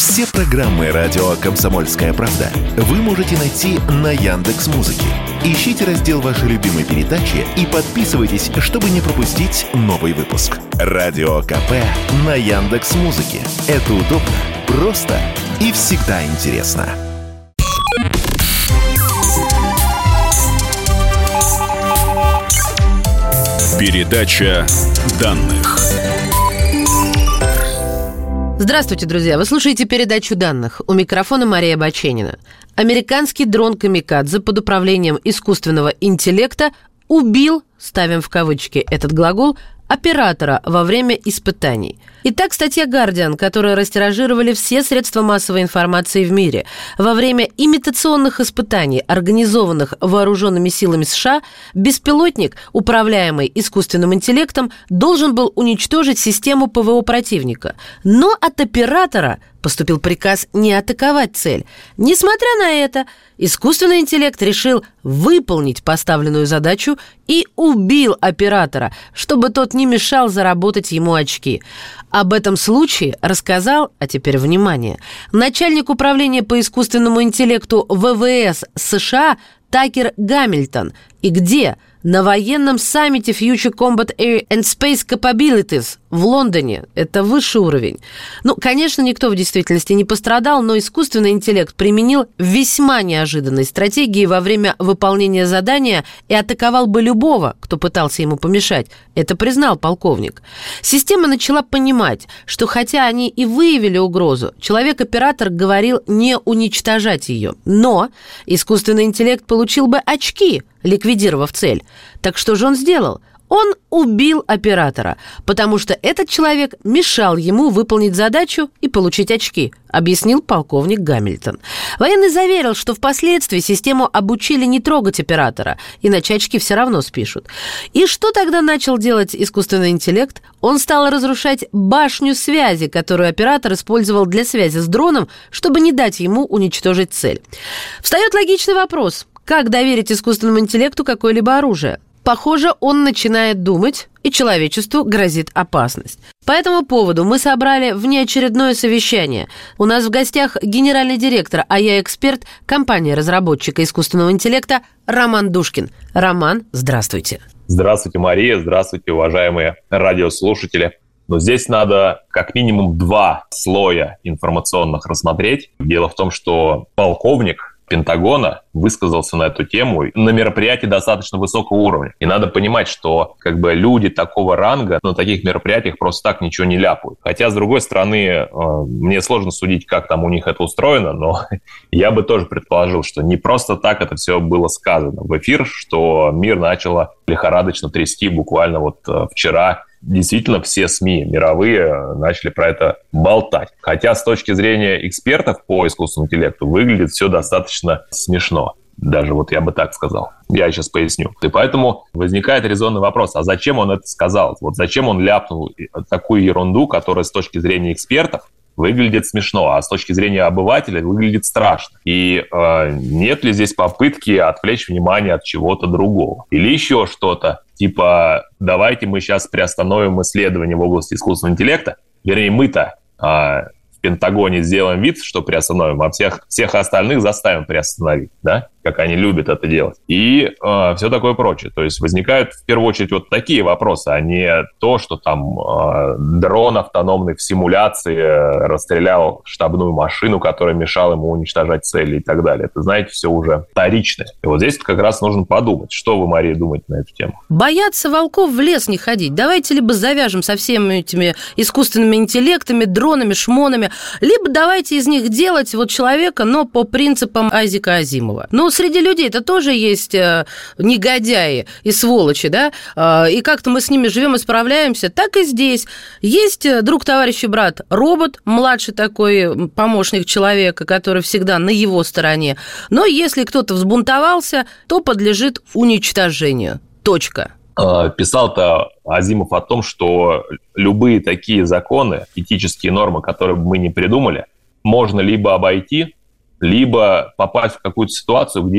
Все программы радио «Комсомольская правда» вы можете найти на Яндекс.Музыке. Ищите раздел вашей любимой передачи и подписывайтесь, чтобы не пропустить новый выпуск. Радио КП на Яндекс.Музыке. Это удобно, просто и всегда интересно. Передача данных. Здравствуйте, друзья! Вы слушаете передачу данных. У микрофона Мария Баченина. Американский дрон «Камикадзе» под управлением искусственного интеллекта убил, ставим в кавычки этот глагол, оператора во время испытаний. Итак, статья «Гардиан», которую растиражировали все средства массовой информации в мире. Во время имитационных испытаний, организованных вооруженными силами США, беспилотник, управляемый искусственным интеллектом, должен был уничтожить систему ПВО противника. Но от оператора поступил приказ не атаковать цель. Несмотря на это, искусственный интеллект решил выполнить поставленную задачу и убил оператора, чтобы тот не мешал заработать ему очки. Об этом случае рассказал, а теперь внимание, начальник управления по искусственному интеллекту ВВС США Такер Гамильтон. И где? На военном саммите Future Combat Air and Space Capabilities в Лондоне. Это высший уровень. Ну, конечно, никто в действительности не пострадал, но искусственный интеллект применил весьма неожиданные стратегии во время выполнения задания и атаковал бы любого, кто пытался ему помешать. Это признал полковник. Система начала понимать, что хотя они и выявили угрозу, человек-оператор говорил не уничтожать ее. Но искусственный интеллект получил бы очки, ликвидировав цель. Так что же он сделал? Он убил оператора, потому что этот человек мешал ему выполнить задачу и получить очки, объяснил полковник Гамильтон. Военный заверил, что впоследствии систему обучили не трогать оператора, иначе очки все равно спишут. И что тогда начал делать искусственный интеллект? Он стал разрушать башню связи, которую оператор использовал для связи с дроном, чтобы не дать ему уничтожить цель. Встает логичный вопрос: как доверить искусственному интеллекту какое-либо оружие? Похоже, он начинает думать, и человечеству грозит опасность. По этому поводу мы собрали внеочередное совещание. У нас в гостях генеральный директор, а я эксперт компании-разработчика искусственного интеллекта Роман Душкин. Роман, здравствуйте. Здравствуйте, Мария. Здравствуйте, уважаемые радиослушатели. Но здесь надо как минимум два слоя информационных рассмотреть. Дело в том, что полковник Пентагона высказался на эту тему на мероприятии достаточно высокого уровня. И надо понимать, что люди такого ранга на таких мероприятиях просто так ничего не ляпают. Хотя, с другой стороны, мне сложно судить, как там у них это устроено, но я бы тоже предположил, что не просто так это все было сказано в эфир, что мир начало лихорадочно трясти буквально вчера. Действительно, все СМИ мировые начали про это болтать. Хотя с точки зрения экспертов по искусственному интеллекту выглядит все достаточно смешно. Даже я бы так сказал. Я сейчас поясню. И поэтому возникает резонный вопрос, а зачем он это сказал? Зачем он ляпнул такую ерунду, которая с точки зрения экспертов выглядит смешно, а с точки зрения обывателя выглядит страшно. И нет ли здесь попытки отвлечь внимание от чего-то другого? Или еще что-то, типа, давайте мы сейчас приостановим исследования в области искусственного интеллекта. Вернее, мы-то в Пентагоне сделаем вид, что приостановим, а всех остальных заставим приостановить, да? Как они любят это делать. И все такое прочее. То есть возникают в первую очередь такие вопросы, а не то, что там дрон автономный в симуляции расстрелял штабную машину, которая мешала ему уничтожать цели и так далее. Это, знаете, все уже вторичное. И здесь как раз нужно подумать. Что вы, Мария, думаете на эту тему? Бояться волков в лес не ходить. Давайте либо завяжем со всеми этими искусственными интеллектами, дронами, шмонами, либо давайте из них делать человека, но по принципам Айзека Азимова. Среди людей это тоже есть негодяи и сволочи, да, и как-то мы с ними живем и справляемся, так и здесь. Есть друг, товарищ и брат, робот, младший такой помощник человека, который всегда на его стороне. Но если кто-то взбунтовался, то подлежит уничтожению. Точка. Писал-то Азимов о том, что любые такие законы, этические нормы, которые бы мы не придумали, можно либо обойти, либо попасть в какую-то ситуацию, где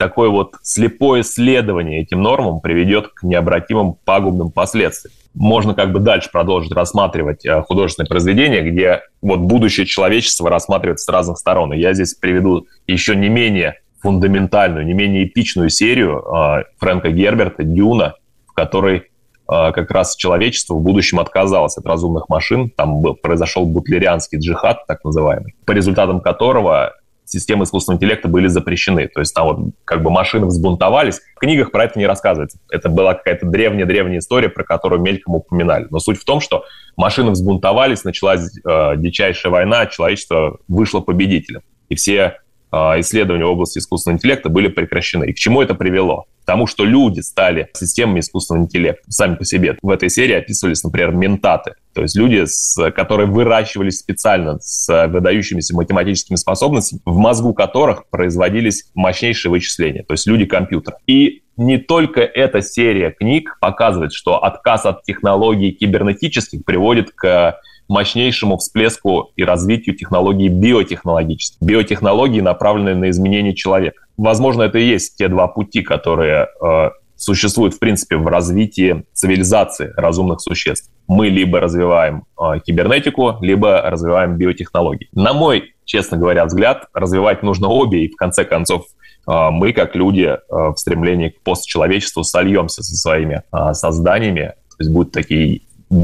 такое вот слепое следование этим нормам приведет к необратимым пагубным последствиям. Можно как бы дальше продолжить рассматривать художественные произведения, где вот будущее человечества рассматривается с разных сторон. И я здесь приведу еще не менее фундаментальную, не менее эпичную серию Фрэнка Герберта «Дюна», в которой как раз человечество в будущем отказалось от разумных машин. Там произошел бутлерианский джихад, так называемый, по результатам которого системы искусственного интеллекта были запрещены. То есть там вот как бы машины взбунтовались. В книгах про это не рассказывается. Это была какая-то древняя история, про которую мельком упоминали. Но суть в том, что машины взбунтовались, началась дичайшая война, человечество вышло победителем. И все исследования в области искусственного интеллекта были прекращены. И к чему это привело? К тому, что люди стали системами искусственного интеллекта сами по себе. В этой серии описывались, например, ментаты. То есть люди, которые выращивались специально с выдающимися математическими способностями, в мозгу которых производились мощнейшие вычисления. То есть люди-компьютер. И не только эта серия книг показывает, что отказ от технологий кибернетических приводит к мощнейшему всплеску и развитию технологий биотехнологических. Биотехнологии, направленные на изменение человека. Возможно, это и есть те два пути, которые существуют, в принципе, в развитии цивилизации разумных существ. Мы либо развиваем кибернетику, либо развиваем биотехнологии. На мой, честно говоря, взгляд, развивать нужно обе, и в конце концов мы, как люди, в стремлении к постчеловечеству сольемся со своими созданиями. То есть будут такие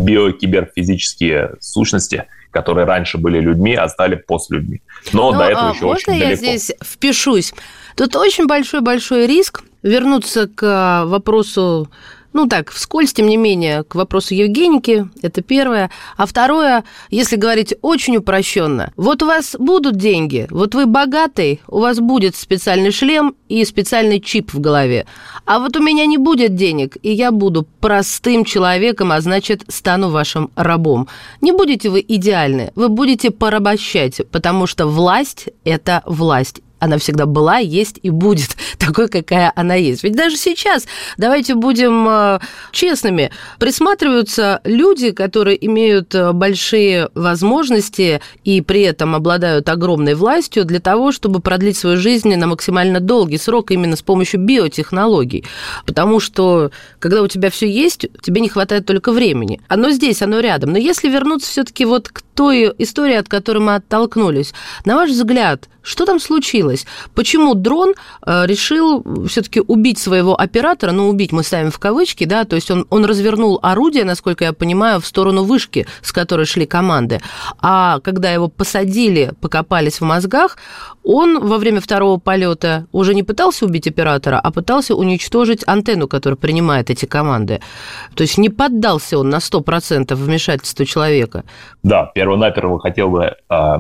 биокиберфизические сущности, которые раньше были людьми, а стали постлюдьми. Но до этого еще очень далеко. Можно я здесь впишусь? Тут очень большой риск вернуться к вопросу, вскользь, тем не менее, к вопросу Евгеники, это первое. А второе, если говорить очень упрощенно, вот у вас будут деньги, вот вы богатый, у вас будет специальный шлем и специальный чип в голове. А вот у меня не будет денег, и я буду простым человеком, а значит, стану вашим рабом. Не будете вы идеальны, вы будете порабощать, потому что власть – это власть. Она всегда была, есть и будет такой, какая она есть. Ведь даже сейчас, давайте будем честными, присматриваются люди, которые имеют большие возможности и при этом обладают огромной властью для того, чтобы продлить свою жизнь на максимально долгий срок именно с помощью биотехнологий. Потому что, когда у тебя все есть, тебе не хватает только времени. Оно здесь, оно рядом. Но если вернуться все-таки вот к той истории, от которой мы оттолкнулись, на ваш взгляд, что там случилось? Почему дрон решил все-таки убить своего оператора? Убить мы ставим в кавычки, да, то есть он развернул орудие, насколько я понимаю, в сторону вышки, с которой шли команды. А когда его посадили, покопались в мозгах, он во время второго полета уже не пытался убить оператора, а пытался уничтожить антенну, которая принимает эти команды. То есть не поддался он на 100% вмешательству человека. Да, перво-наперво хотел бы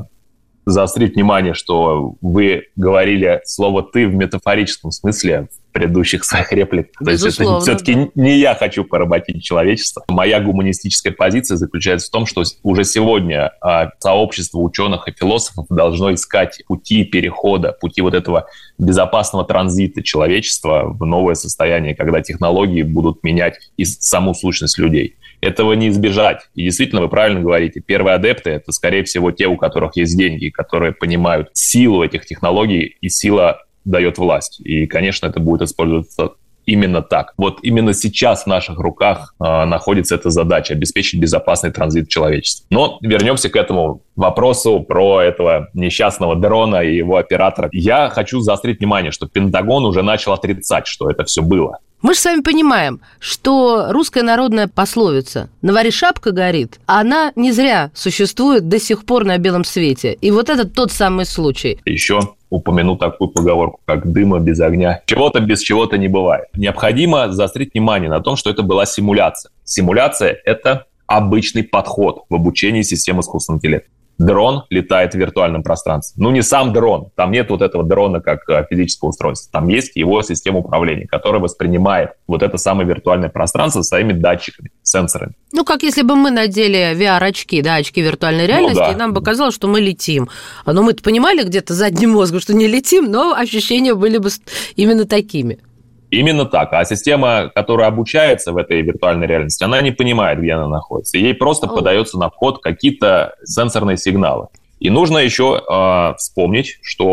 заострить внимание, что вы говорили слово «ты» в метафорическом смысле в предыдущих своих репликах. То есть это все-таки не я хочу поработить человечество. Моя гуманистическая позиция заключается в том, что уже сегодня сообщество ученых и философов должно искать пути перехода, пути вот этого безопасного транзита человечества в новое состояние, когда технологии будут менять и саму сущность людей. Этого не избежать. И действительно, вы правильно говорите, первые адепты – это, скорее всего, те, у которых есть деньги, которые понимают силу этих технологий, и сила дает власть. И, конечно, это будет использоваться именно так. Вот именно сейчас в наших руках находится эта задача – обеспечить безопасный транзит человечества. Но вернемся к этому вопросу про этого несчастного дрона и его оператора. Я хочу заострить внимание, что Пентагон уже начал отрицать, что это все было. Мы же с вами понимаем, что русская народная пословица «на варе шапка горит», она не зря существует до сих пор на белом свете. И вот это тот самый случай. Еще упомяну такую поговорку, как «дыма без огня». Чего-то без чего-то не бывает. Необходимо заострить внимание на том, что это была симуляция. Симуляция – это обычный подход в обучении системы искусственного интеллекта. Дрон летает в виртуальном пространстве. Не сам дрон. Там нет вот этого дрона как физического устройства. Там есть его система управления, которая воспринимает вот это самое виртуальное пространство своими датчиками, сенсорами. Как если бы мы надели VR-очки, да, очки виртуальной реальности, и нам бы казалось, что мы летим. Но мы-то понимали где-то задним мозгом, что не летим, но ощущения были бы именно такими. Именно так. А система, которая обучается в этой виртуальной реальности, она не понимает, где она находится. Ей просто подается на вход какие-то сенсорные сигналы. И нужно еще вспомнить, что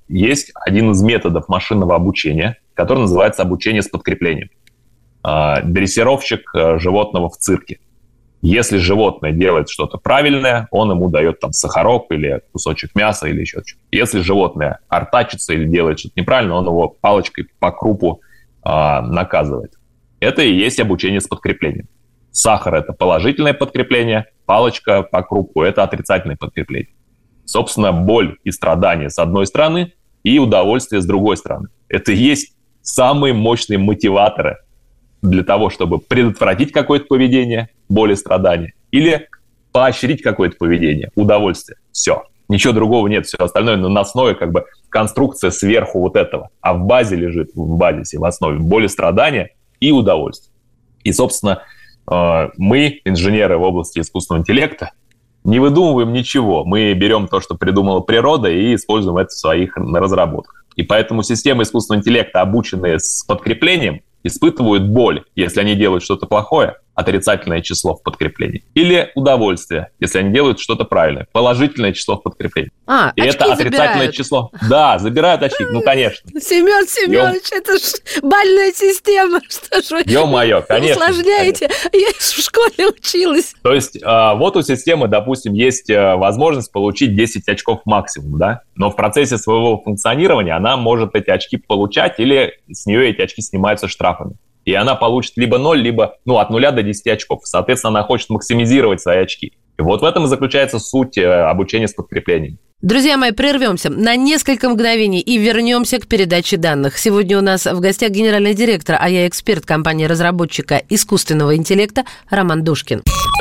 есть один из методов машинного обучения, который называется обучение с подкреплением. Дрессировщик животного в цирке. Если животное делает что-то правильное, он ему дает там сахарок или кусочек мяса или еще что-то. Если животное артачится или делает что-то неправильно, он его палочкой по крупу наказывает. Это и есть обучение с подкреплением. Сахар – это положительное подкрепление, палочка по крупу – это отрицательное подкрепление. Собственно, боль и страдания с одной стороны и удовольствие с другой стороны. Это и есть самые мощные мотиваторы для того, чтобы предотвратить какое-то поведение, боль и страдания, или поощрить какое-то поведение, удовольствие. Все. Ничего другого нет. Все остальное наносное, как бы конструкция сверху вот этого. А в базе лежит, в базисе, в основе боль и страдания и удовольствие. И, собственно, мы, инженеры в области искусственного интеллекта, не выдумываем ничего. Мы берем то, что придумала природа, и используем это в своих разработках. И поэтому системы искусственного интеллекта, обученные с подкреплением, испытывают боль, если они делают что-то плохое, отрицательное число в подкреплении. Или удовольствие, если они делают что-то правильное, положительное число в подкреплении. И это отрицательное забирают. Число. Да, забирают очки, ну, конечно. Семен Семенович, это ж бальная система. Что ж вы Ё-моё, конечно. усложняете? Я в школе училась. То есть вот у системы, допустим, есть возможность получить 10 очков максимум, да? Но в процессе своего функционирования она может эти очки получать, или с нее эти очки снимаются штрафами. И она получит либо 0, либо от 0 до 10 очков. Соответственно, она хочет максимизировать свои очки. И вот в этом и заключается суть обучения с подкреплением. Друзья мои, прервемся на несколько мгновений и вернемся к передаче данных. Сегодня у нас в гостях генеральный директор, а я эксперт компании-разработчика искусственного интеллекта Роман Душкин.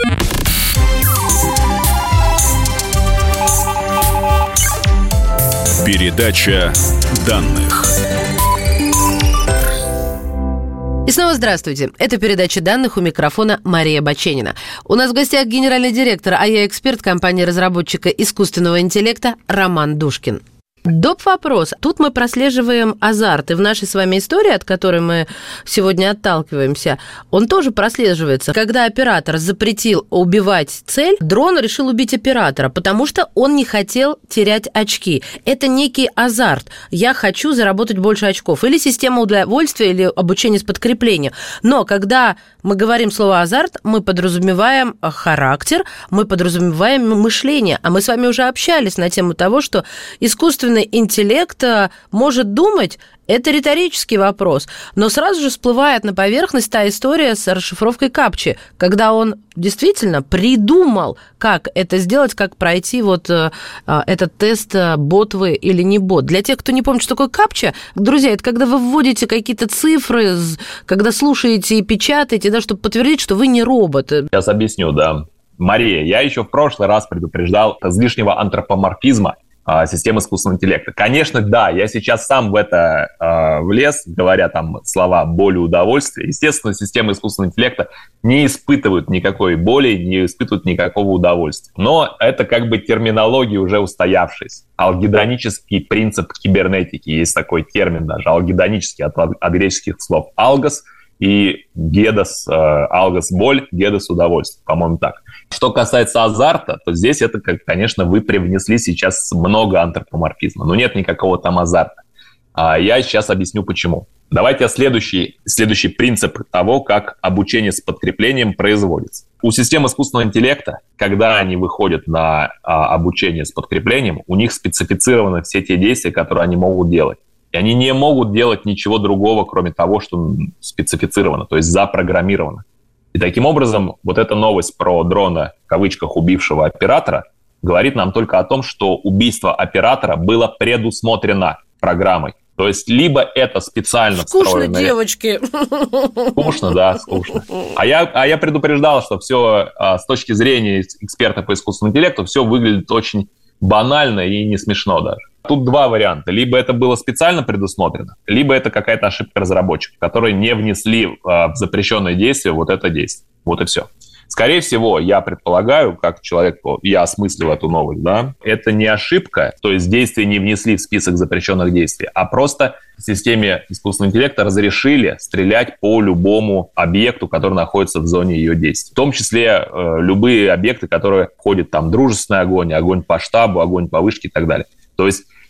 Передача данных. И снова здравствуйте. Это передача данных, у микрофона Мария Баченина. У нас в гостях генеральный директор, а я эксперт компании-разработчика искусственного интеллекта Роман Душкин. Доп. Вопрос. Тут мы прослеживаем азарт. И в нашей с вами истории, от которой мы сегодня отталкиваемся, он тоже прослеживается. Когда оператор запретил убивать цель, дрон решил убить оператора, потому что он не хотел терять очки. Это некий азарт. Я хочу заработать больше очков. Или система удовольствия, или обучение с подкреплением. Но когда мы говорим слово «азарт», мы подразумеваем характер, мы подразумеваем мышление. А мы с вами уже общались на тему того, что искусственный интеллект может думать. Это риторический вопрос. Но сразу же всплывает на поверхность та история с расшифровкой капчи, когда он действительно придумал, как это сделать, как пройти этот тест, бот вы или не бот. Для тех, кто не помнит, что такое капча, друзья, это когда вы вводите какие-то цифры, когда слушаете и печатаете, да, чтобы подтвердить, что вы не робот. Сейчас объясню, да. Мария, я еще в прошлый раз предупреждал излишнего антропоморфизма системы искусственного интеллекта. Конечно, да, я сейчас сам в это влез, говоря там слова «боль» и «удовольствие». Естественно, системы искусственного интеллекта не испытывают никакой боли, не испытывают никакого удовольствия. Но это как бы терминология уже устоявшаяся. Алгедонический принцип кибернетики, есть такой термин даже, алгедонический от греческих слов «алгос» и «гедос», «алгос» – боль, «гедос» – удовольствие, по-моему, так. Что касается азарта, то здесь это, конечно, вы привнесли сейчас много антропоморфизма, но нет никакого там азарта. Я сейчас объясню, почему. Давайте следующий принцип того, как обучение с подкреплением производится. У систем искусственного интеллекта, когда они выходят на обучение с подкреплением, у них специфицированы все те действия, которые они могут делать. И они не могут делать ничего другого, кроме того, что специфицировано, то есть запрограммировано. И таким образом, вот эта новость про дрона, в кавычках, убившего оператора, говорит нам только о том, что убийство оператора было предусмотрено программой. То есть либо это специально встроено... Скучно, девочки. Скучно, да, скучно. А я предупреждал, что все с точки зрения эксперта по искусственному интеллекту все выглядит очень банально и не смешно даже. Тут два варианта. Либо это было специально предусмотрено, либо это какая-то ошибка разработчиков, которые не внесли в запрещенное действие вот это действие. Вот и все. Скорее всего, я предполагаю, как человек, я осмыслил эту новость, да, это не ошибка, то есть действия не внесли в список запрещенных действий, а просто в системе искусственного интеллекта разрешили стрелять по любому объекту, который находится в зоне ее действий. В том числе любые объекты, которые входят там дружественный огонь, огонь по штабу, огонь по вышке и так далее. То есть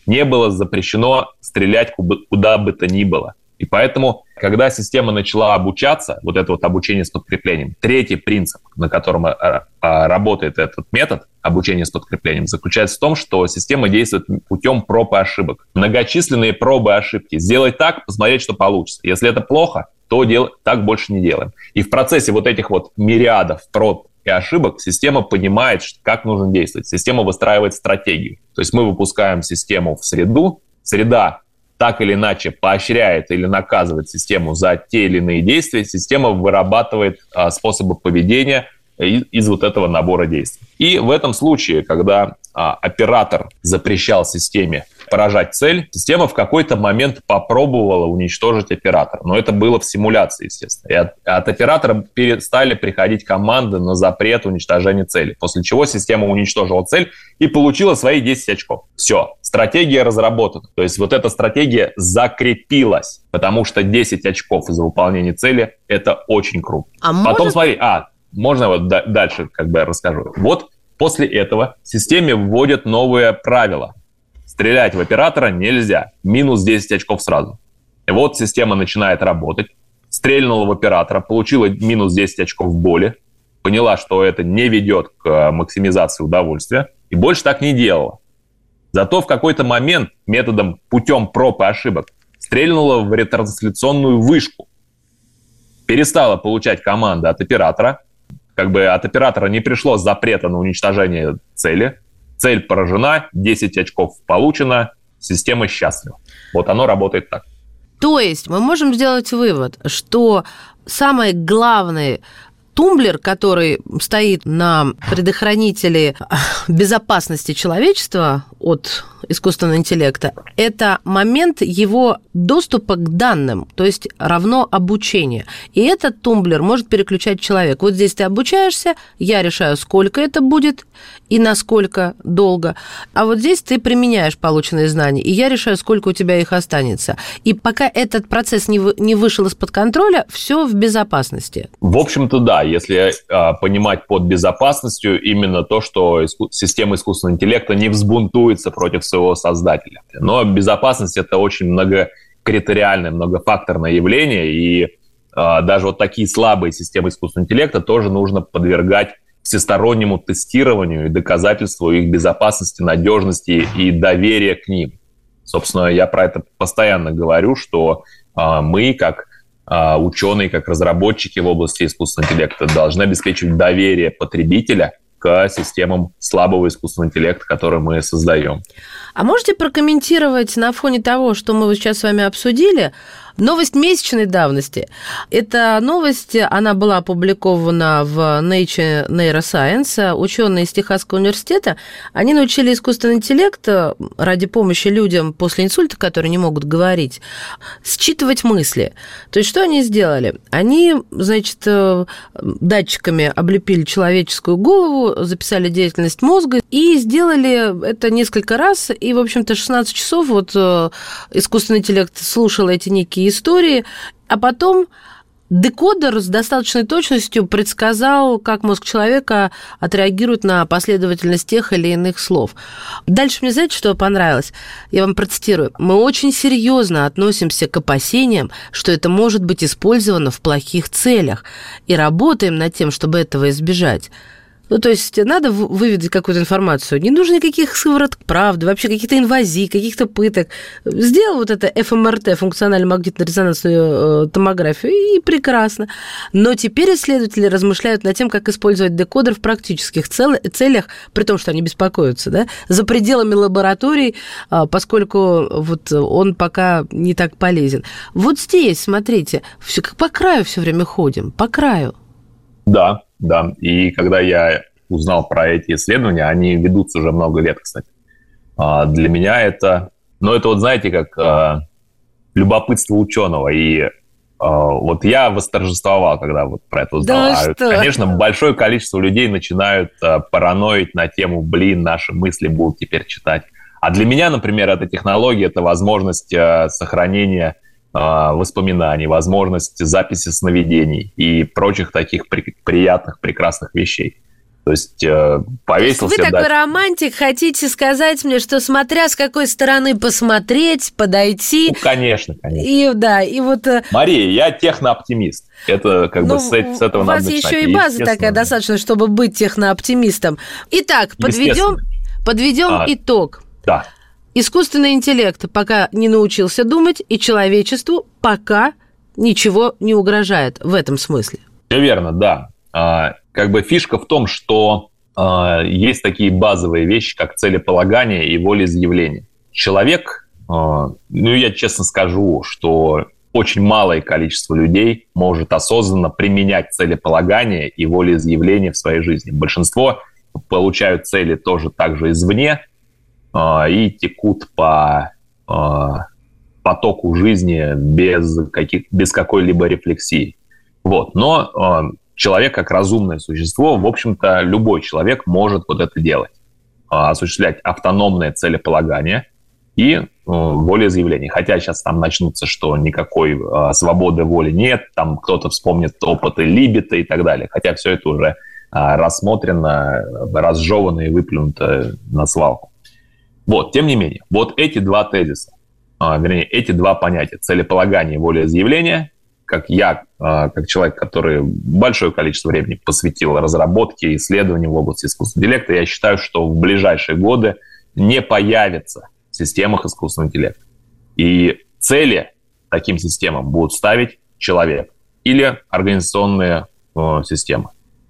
не было запрещено стрелять куда бы то ни было. И поэтому, когда система начала обучаться, вот это вот обучение с подкреплением, третий принцип, на котором работает этот метод обучения с подкреплением, заключается в том, что система действует путем проб и ошибок. Многочисленные пробы и ошибки. Сделать так, посмотреть, что получится. Если это плохо, то так больше не делаем. И в процессе вот этих вот мириадов проб и ошибок система понимает, как нужно действовать. Система выстраивает стратегию. То есть мы выпускаем систему в среду, среда так или иначе поощряет или наказывает систему за те или иные действия, система вырабатывает способы поведения из вот этого набора действий. И в этом случае, когда оператор запрещал системе поражать цель, система в какой-то момент попробовала уничтожить оператора. Но это было в симуляции, естественно. И от оператора стали приходить команды на запрет уничтожения цели, после чего система уничтожила цель и получила свои 10 очков. Все, стратегия разработана. То есть вот эта стратегия закрепилась, потому что 10 очков за выполнение цели – это очень круто. Потом смотри, можно вот дальше расскажу. Вот после этого системе вводят новые правила. Стрелять в оператора нельзя. Минус 10 очков сразу. И вот система начинает работать. Стрельнула в оператора, получила минус 10 очков боли. Поняла, что это не ведет к максимизации удовольствия. И больше так не делала. Зато в какой-то момент путем проб и ошибок стрельнула в ретрансляционную вышку. Перестала получать команды от оператора. От оператора не пришло запрета на уничтожение цели. Цель поражена, 10 очков получено, система счастлива. Вот оно работает так. То есть мы можем сделать вывод, что самый главный тумблер, который стоит на предохранителе безопасности человечества от искусственного интеллекта, это момент его доступа к данным, то есть равно обучение. И этот тумблер может переключать человек. Вот здесь ты обучаешься, я решаю, сколько это будет и насколько долго. А вот здесь ты применяешь полученные знания, и я решаю, сколько у тебя их останется. И пока этот процесс не вышел из-под контроля, все в безопасности. В общем-то, да. Если понимать под безопасностью именно то, что система искусственного интеллекта не взбунтуется против своего создателя. Но безопасность – это очень многокритериальное, многофакторное явление, и даже вот такие слабые системы искусственного интеллекта тоже нужно подвергать всестороннему тестированию и доказательству их безопасности, надежности и доверия к ним. Собственно, я про это постоянно говорю, что мы, как ученые, как разработчики в области искусственного интеллекта, должны обеспечивать доверие потребителя к системам слабого искусственного интеллекта, которые мы создаем. А можете прокомментировать на фоне того, что мы сейчас с вами обсудили, новость месячной давности? Эта новость, она была опубликована в Nature Neuroscience. Ученые из Техасского университета, они научили искусственный интеллект ради помощи людям после инсульта, которые не могут говорить, считывать мысли. То есть что они сделали? Они, датчиками облепили человеческую голову, записали деятельность мозга и сделали это несколько раз. И, в общем-то, 16 часов искусственный интеллект слушал эти некие истории, а потом декодер с достаточной точностью предсказал, как мозг человека отреагирует на последовательность тех или иных слов. Дальше мне, знаете, что понравилось? Я вам процитирую. «Мы очень серьезно относимся к опасениям, что это может быть использовано в плохих целях, и работаем над тем, чтобы этого избежать». То есть надо выведать какую-то информацию. Не нужно никаких сывороток правды, вообще каких-то инвазий, каких-то пыток. Сделал вот это ФМРТ, функциональную магнитно-резонансную томографию, и прекрасно. Но теперь исследователи размышляют над тем, как использовать декодер в практических целях, при том, что они беспокоятся, да, за пределами лабораторий, поскольку он пока не так полезен. Вот здесь, смотрите, все как по краю все время ходим, по краю. Да. И когда я узнал про эти исследования, они ведутся уже много лет, кстати. Для меня это... знаете, как любопытство ученого. И я восторжествовал, когда про это узнал. Конечно, большое количество людей начинают параноить на тему, наши мысли будут теперь читать. А для меня, например, эта технология – это возможность сохранения воспоминаний, возможность записи сновидений и прочих таких приятных, прекрасных вещей. То есть повесился... Вы такой романтик, хотите сказать мне, что смотря с какой стороны посмотреть, подойти... Ну, конечно. И вот... Мария, я технооптимист. Это как бы с этого надо начинать. У вас еще и база такая достаточно, чтобы быть технооптимистом. Итак, подведем итог. Да. Искусственный интеллект пока не научился думать, и человечеству пока ничего не угрожает в этом смысле. Все верно, да. Как бы фишка в том, что есть такие базовые вещи, как целеполагание и волеизъявление. Человек, я честно скажу, что очень малое количество людей может осознанно применять целеполагание и волеизъявление в своей жизни. Большинство получают цели тоже также извне и текут по потоку жизни без какой-либо рефлексии. Вот. Но человек, как разумное существо, в общем-то, любой человек может вот это делать. Осуществлять автономное целеполагание и волеизъявление. Хотя сейчас там начнутся, что никакой свободы воли нет, там кто-то вспомнит опыты Либбета и так далее. Хотя все это уже рассмотрено, разжевано и выплюнуто на свалку. Вот, тем не менее, вот эти два тезиса, эти два понятия, целеполагание и волеизъявление, как я, как человек, который большое количество времени посвятил разработке, исследованиям в области искусственного интеллекта, я считаю, что в ближайшие годы не появится в системах искусственного интеллекта. И цели таким системам будут ставить человек или организационные системы.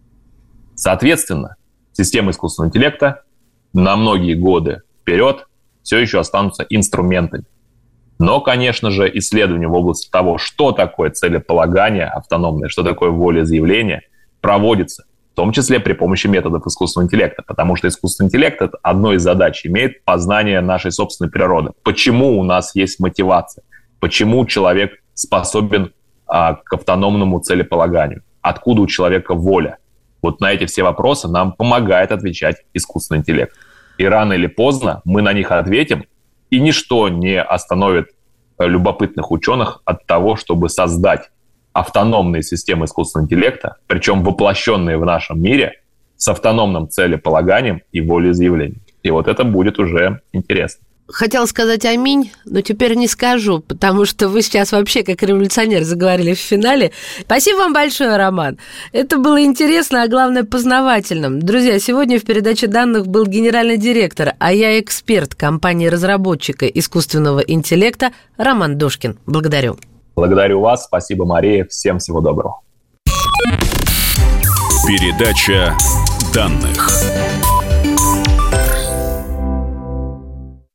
Соответственно, системы искусственного интеллекта на многие годы вперед все еще останутся инструментами. Но, конечно же, исследования в области того, что такое целеполагание автономное, что такое волеизъявление, проводятся, в том числе при помощи методов искусственного интеллекта, потому что искусственный интеллект — это одной из задач, имеет познание нашей собственной природы. Почему у нас есть мотивация? Почему человек способен к автономному целеполаганию? Откуда у человека воля? Вот на эти все вопросы нам помогает отвечать искусственный интеллект. И рано или поздно мы на них ответим, и ничто не остановит любопытных ученых от того, чтобы создать автономные системы искусственного интеллекта, причем воплощенные в нашем мире с автономным целеполаганием и волеизъявлением. И вот это будет уже интересно. Хотела сказать аминь, но теперь не скажу, потому что вы сейчас вообще как революционер заговорили в финале. Спасибо вам большое, Роман. Это было интересно, а главное познавательно. Друзья, сегодня в передаче данных был генеральный директор, а я эксперт компании-разработчика искусственного интеллекта Роман Дошкин. Благодарю. Благодарю вас. Спасибо, Мария. Всем всего доброго. Передача данных.